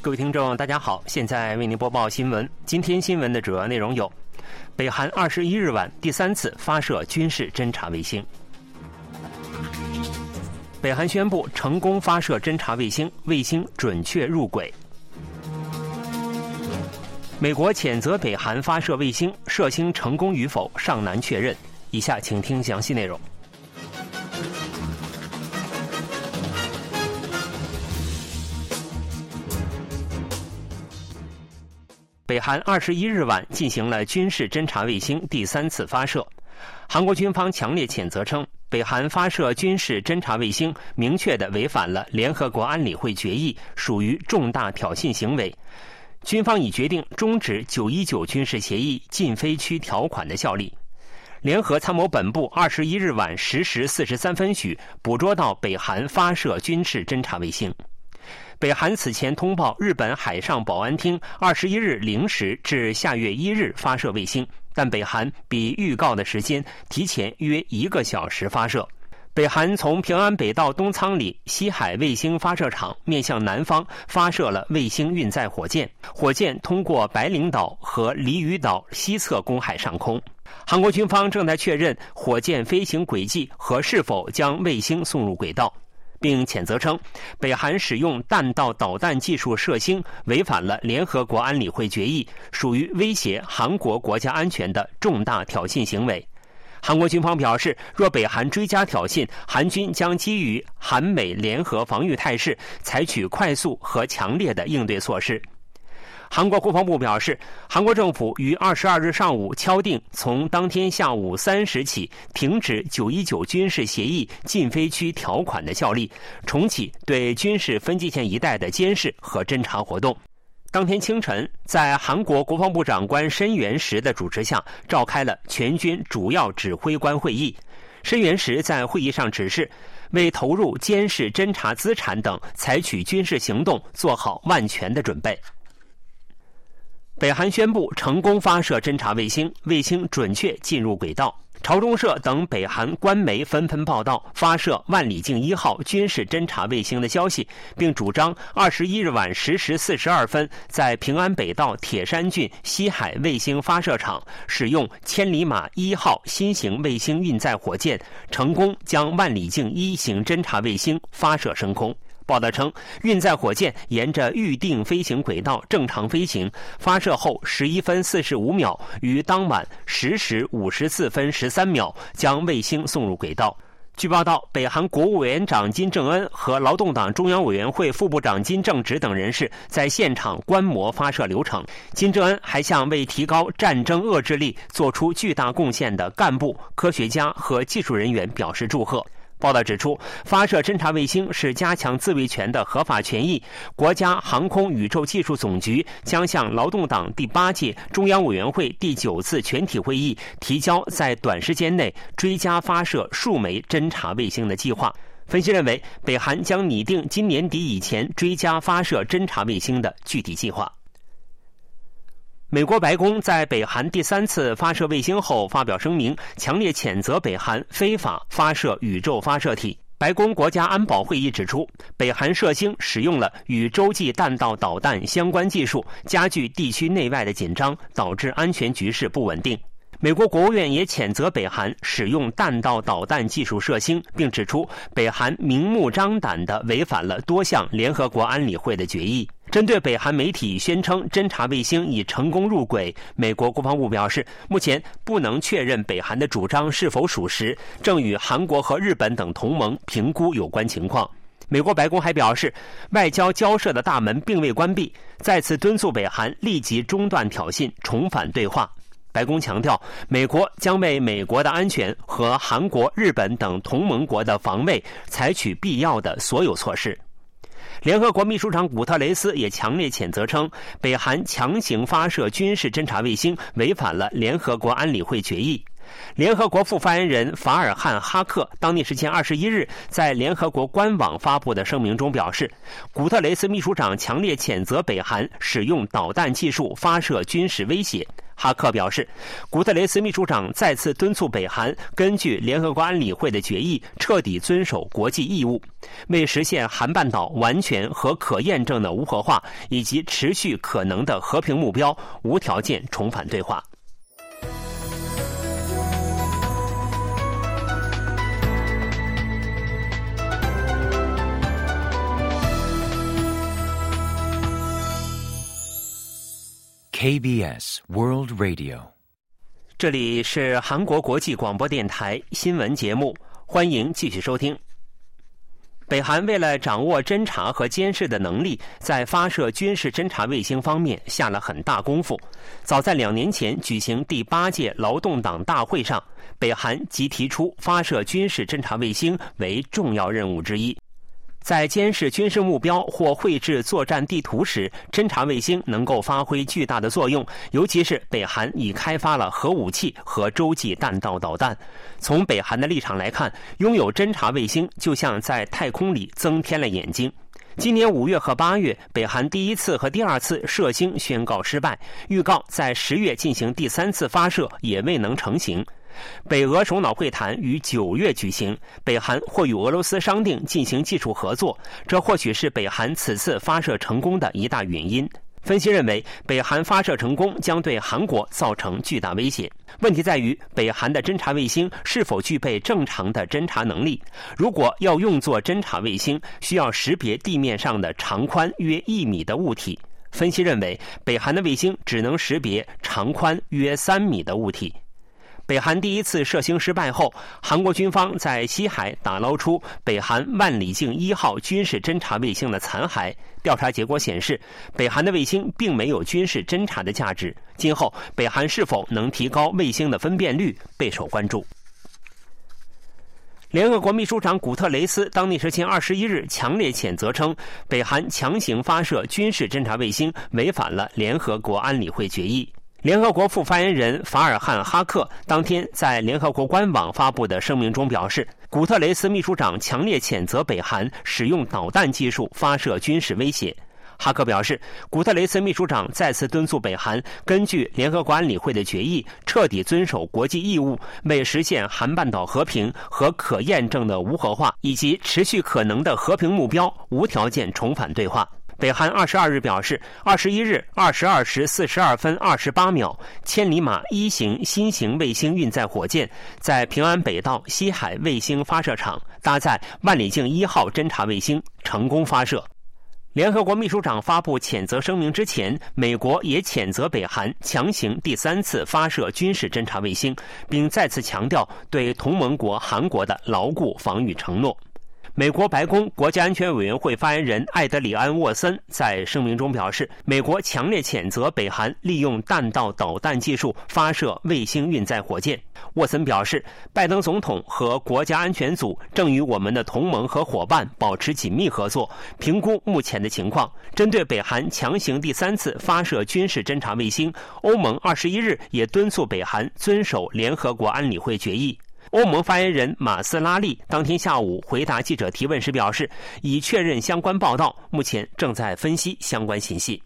各位听众大家好，现在为您播报新闻。今天新闻的主要内容有：北韩21日晚第3次发射军事侦察卫星；北韩宣布成功发射侦察卫星，卫星准确入轨；美国谴责北韩发射卫星，射星成功与否尚难确认。以下请听详细内容。北韩21日晚进行了军事侦察卫星第3次发射，韩国军方强烈谴责称，北韩发射军事侦察卫星明确地违反了联合国安理会决议，属于重大挑衅行为。军方已决定终止919军事协议禁飞区条款的效力。联合参谋本部21日晚10时43分许捕捉到北韩发射军事侦察卫星。北韩此前通报日本海上保安厅21日0时至下月1日发射卫星，但北韩比预告的时间提前约1个小时发射。北韩从平安北道东仓里西海卫星发射场面向南方发射了卫星运载火箭，火箭通过白领岛和鲤鱼岛西侧公海上空。韩国军方正在确认火箭飞行轨迹和是否将卫星送入轨道，并谴责称，北韩使用弹道导弹技术射星，违反了联合国安理会决议，属于威胁韩国国家安全的重大挑衅行为。韩国军方表示，若北韩追加挑衅，韩军将基于韩美联合防御态势，采取快速和强烈的应对措施。韩国国防部表示，韩国政府于22日上午敲定从当天下午3时起停止919军事协议禁飞区条款的效力，重启对军事分界线一带的监视和侦察活动。当天清晨，在韩国国防部长官申元实的主持下，召开了全军主要指挥官会议。申元实在会议上指示，为投入监视、侦察资产等采取军事行动做好万全的准备。北韩宣布成功发射侦察卫星，卫星准确进入轨道。朝中社等北韩官媒纷纷报道发射万里镜1号军事侦察卫星的消息，并主张21日晚10时42分在平安北道铁山郡西海卫星发射场使用千里马1号新型卫星运载火箭，成功将万里镜1型侦察卫星发射升空。报道称，运载火箭沿着预定飞行轨道正常飞行，发射后11分45秒，于当晚10时54分13秒将卫星送入轨道。据报道，北韩国务委员长金正恩和劳动党中央委员会副部长金正直等人士在现场观摩发射流程。金正恩还向为提高战争遏制力做出巨大贡献的干部、科学家和技术人员表示祝贺。报道指出，发射侦察卫星是加强自卫权的合法权益。国家航空宇宙技术总局将向劳动党第8届中央委员会第9次全体会议提交在短时间内追加发射数枚侦察卫星的计划。分析认为，北韩将拟定今年底以前追加发射侦察卫星的具体计划。美国白宫在北韩第3次发射卫星后发表声明，强烈谴责北韩非法发射宇宙发射体。白宫国家安保会议指出，北韩射星使用了与洲际弹道导弹相关技术，加剧地区内外的紧张，导致安全局势不稳定。美国国务院也谴责北韩使用弹道导弹技术射星，并指出北韩明目张胆地违反了多项联合国安理会的决议。针对北韩媒体宣称侦察卫星已成功入轨，美国国防部表示，目前不能确认北韩的主张是否属实，正与韩国和日本等同盟评估有关情况。美国白宫还表示，外交交涉的大门并未关闭，再次敦促北韩立即中断挑衅，重返对话。白宫强调，美国将为美国的安全和韩国、日本等同盟国的防卫采取必要的所有措施。联合国秘书长古特雷斯也强烈谴责称，北韩强行发射军事侦察卫星违反了联合国安理会决议。 联合国副发言人法尔汉·哈克当地时间21日在联合国官网发布的声明中表示，古特雷斯秘书长强烈谴责北韩使用导弹技术发射军事威胁。哈克表示，古特雷斯秘书长再次敦促北韩根据联合国安理会的决议，彻底遵守国际义务，为实现韩半岛完全和可验证的无核化以及持续可能的和平目标，无条件重返对话。 KBS World Radio， 这里是韩国国际广播电台新闻节目，欢迎继续收听。北韩为了掌握侦察和监视的能力，在发射军事侦察卫星方面下了很大功夫。早在2年前举行第8届劳动党大会上，北韩即提出发射军事侦察卫星为重要任务之一。在监视军事目标或绘制作战地图时，侦察卫星能够发挥巨大的作用，尤其是北韩已开发了核武器和洲际弹道导弹。从北韩的立场来看，拥有侦察卫星就像在太空里增添了眼睛。今年5月和8月，北韩第一次和第二次射星宣告失败，预告在10月进行第3次发射也未能成行。北俄首脑会谈于9月举行，北韩或与俄罗斯商定进行技术合作，这或许是北韩此次发射成功的一大原因。分析认为，北韩发射成功将对韩国造成巨大威胁。问题在于，北韩的侦察卫星是否具备正常的侦察能力？如果要用作侦察卫星，需要识别地面上的长宽约1米的物体。分析认为，北韩的卫星只能识别长宽约3米的物体。北韩第一次射星失败后，韩国军方在西海打捞出北韩万里镜1号军事侦察卫星的残骸。调查结果显示，北韩的卫星并没有军事侦察的价值。今后北韩是否能提高卫星的分辨率，备受关注。联合国秘书长古特雷斯当地时间21日强烈谴责称，北韩强行发射军事侦察卫星违反了联合国安理会决议。联合国副发言人法尔汉·哈克当天在联合国官网发布的声明中表示，古特雷斯秘书长强烈谴责北韩使用导弹技术发射军事威胁。哈克表示，古特雷斯秘书长再次敦促北韩根据联合国安理会的决议，彻底遵守国际义务，为实现韩半岛和平和可验证的无核化以及持续可能的和平目标，无条件重返对话。北韩22日表示，21日22时42分28秒，千里马1型新型卫星运载火箭在平安北道西海卫星发射场搭载万里镜1号侦察卫星，成功发射。联合国秘书长发布谴责声明之前，美国也谴责北韩强行第3次发射军事侦察卫星，并再次强调对同盟国韩国的牢固防御承诺。美国白宫国家安全委员会发言人艾德里安·沃森在声明中表示，美国强烈谴责北韩利用弹道导弹技术发射卫星运载火箭。沃森表示，拜登总统和国家安全组正与我们的同盟和伙伴保持紧密合作，评估目前的情况。针对北韩强行第3次发射军事侦察卫星，欧盟21日也敦促北韩遵守联合国安理会决议。欧盟发言人马斯拉利当天下午回答记者提问时表示，已确认相关报道，目前正在分析相关信息。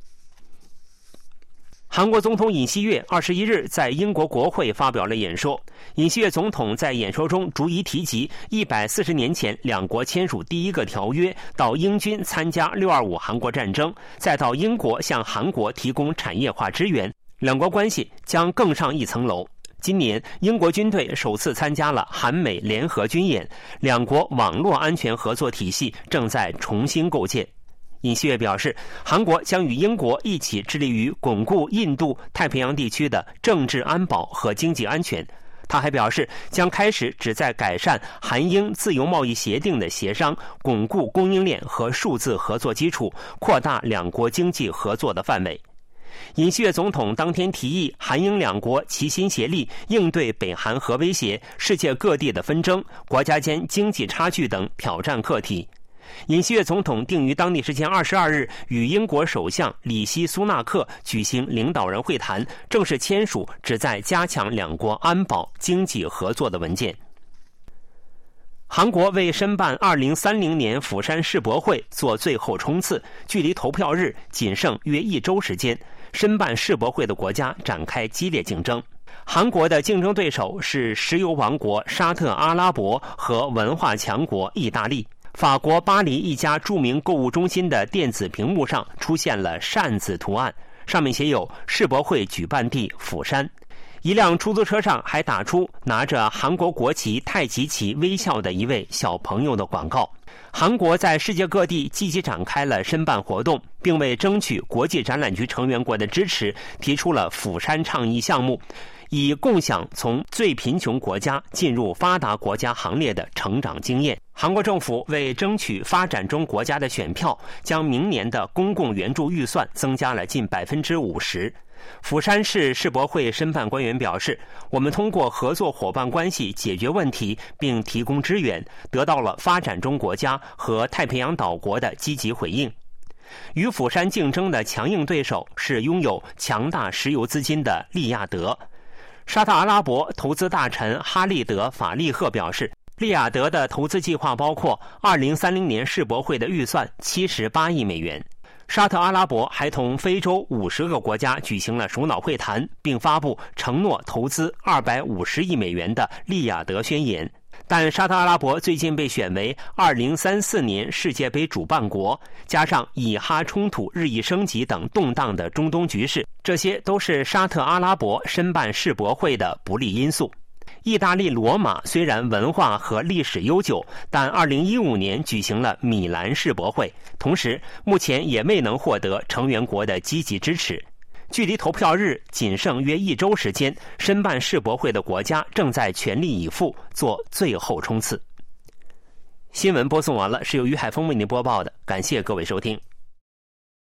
韩国总统尹锡悦21日在英国国会发表了演说。尹锡悦总统在演说中逐一提及140年前两国签署第一个条约，到英军参加625韩国战争，再到英国向韩国提供产业化支援，两国关系将更上一层楼。今年，英国军队首次参加了韩美联合军演，两国网络安全合作体系正在重新构建。尹锡悦表示，韩国将与英国一起致力于巩固印度太平洋地区的政治安保和经济安全。他还表示，将开始旨在改善韩英自由贸易协定的协商，巩固供应链和数字合作基础，扩大两国经济合作的范围。尹锡悦总统当天提议，韩英两国齐心协力应对北韩核威胁、世界各地的纷争、国家间经济差距等挑战课题。 尹锡悦总统定于当地时间22日与英国首相里希·苏纳克举行领导人会谈，正式签署旨在加强两国安保、经济合作的文件。韩国为申办2030年釜山世博会做最后冲刺，距离投票日仅剩约1周时间，申办世博会的国家展开激烈竞争。韩国的竞争对手是石油王国沙特阿拉伯和文化强国意大利。法国巴黎一家著名购物中心的电子屏幕上出现了扇子图案，上面写有世博会举办地釜山。一辆出租车上还打出拿着韩国国旗太极旗微笑的一位小朋友的广告。韩国在世界各地积极展开了申办活动，并为争取国际展览局成员国的支持，提出了釜山倡议项目，以共享从最贫穷国家进入发达国家行列的成长经验。韩国政府为争取发展中国家的选票，将明年的公共援助预算增加了近 50%。釜山市世博会申办官员表示，我们通过合作伙伴关系解决问题并提供支援，得到了发展中国家和太平洋岛国的积极回应。与釜山竞争的强硬对手是拥有强大石油资金的利雅得。沙特阿拉伯投资大臣哈利德·法利赫表示，利雅得的投资计划包括2030年世博会的预算78亿美元。沙特阿拉伯还同非洲50个国家举行了首脑会谈，并发布承诺投资250亿美元的利雅得宣言。但沙特阿拉伯最近被选为2034年世界杯主办国，加上以哈冲突日益升级等动荡的中东局势，这些都是沙特阿拉伯申办世博会的不利因素。意大利罗马虽然文化和历史悠久，但2015年举行了米兰世博会，同时目前也未能获得成员国的积极支持。距离投票日仅剩约1周时间，申办世博会的国家正在全力以赴做最后冲刺。新闻播送完了，是由于海峰为您播报的，感谢各位收听。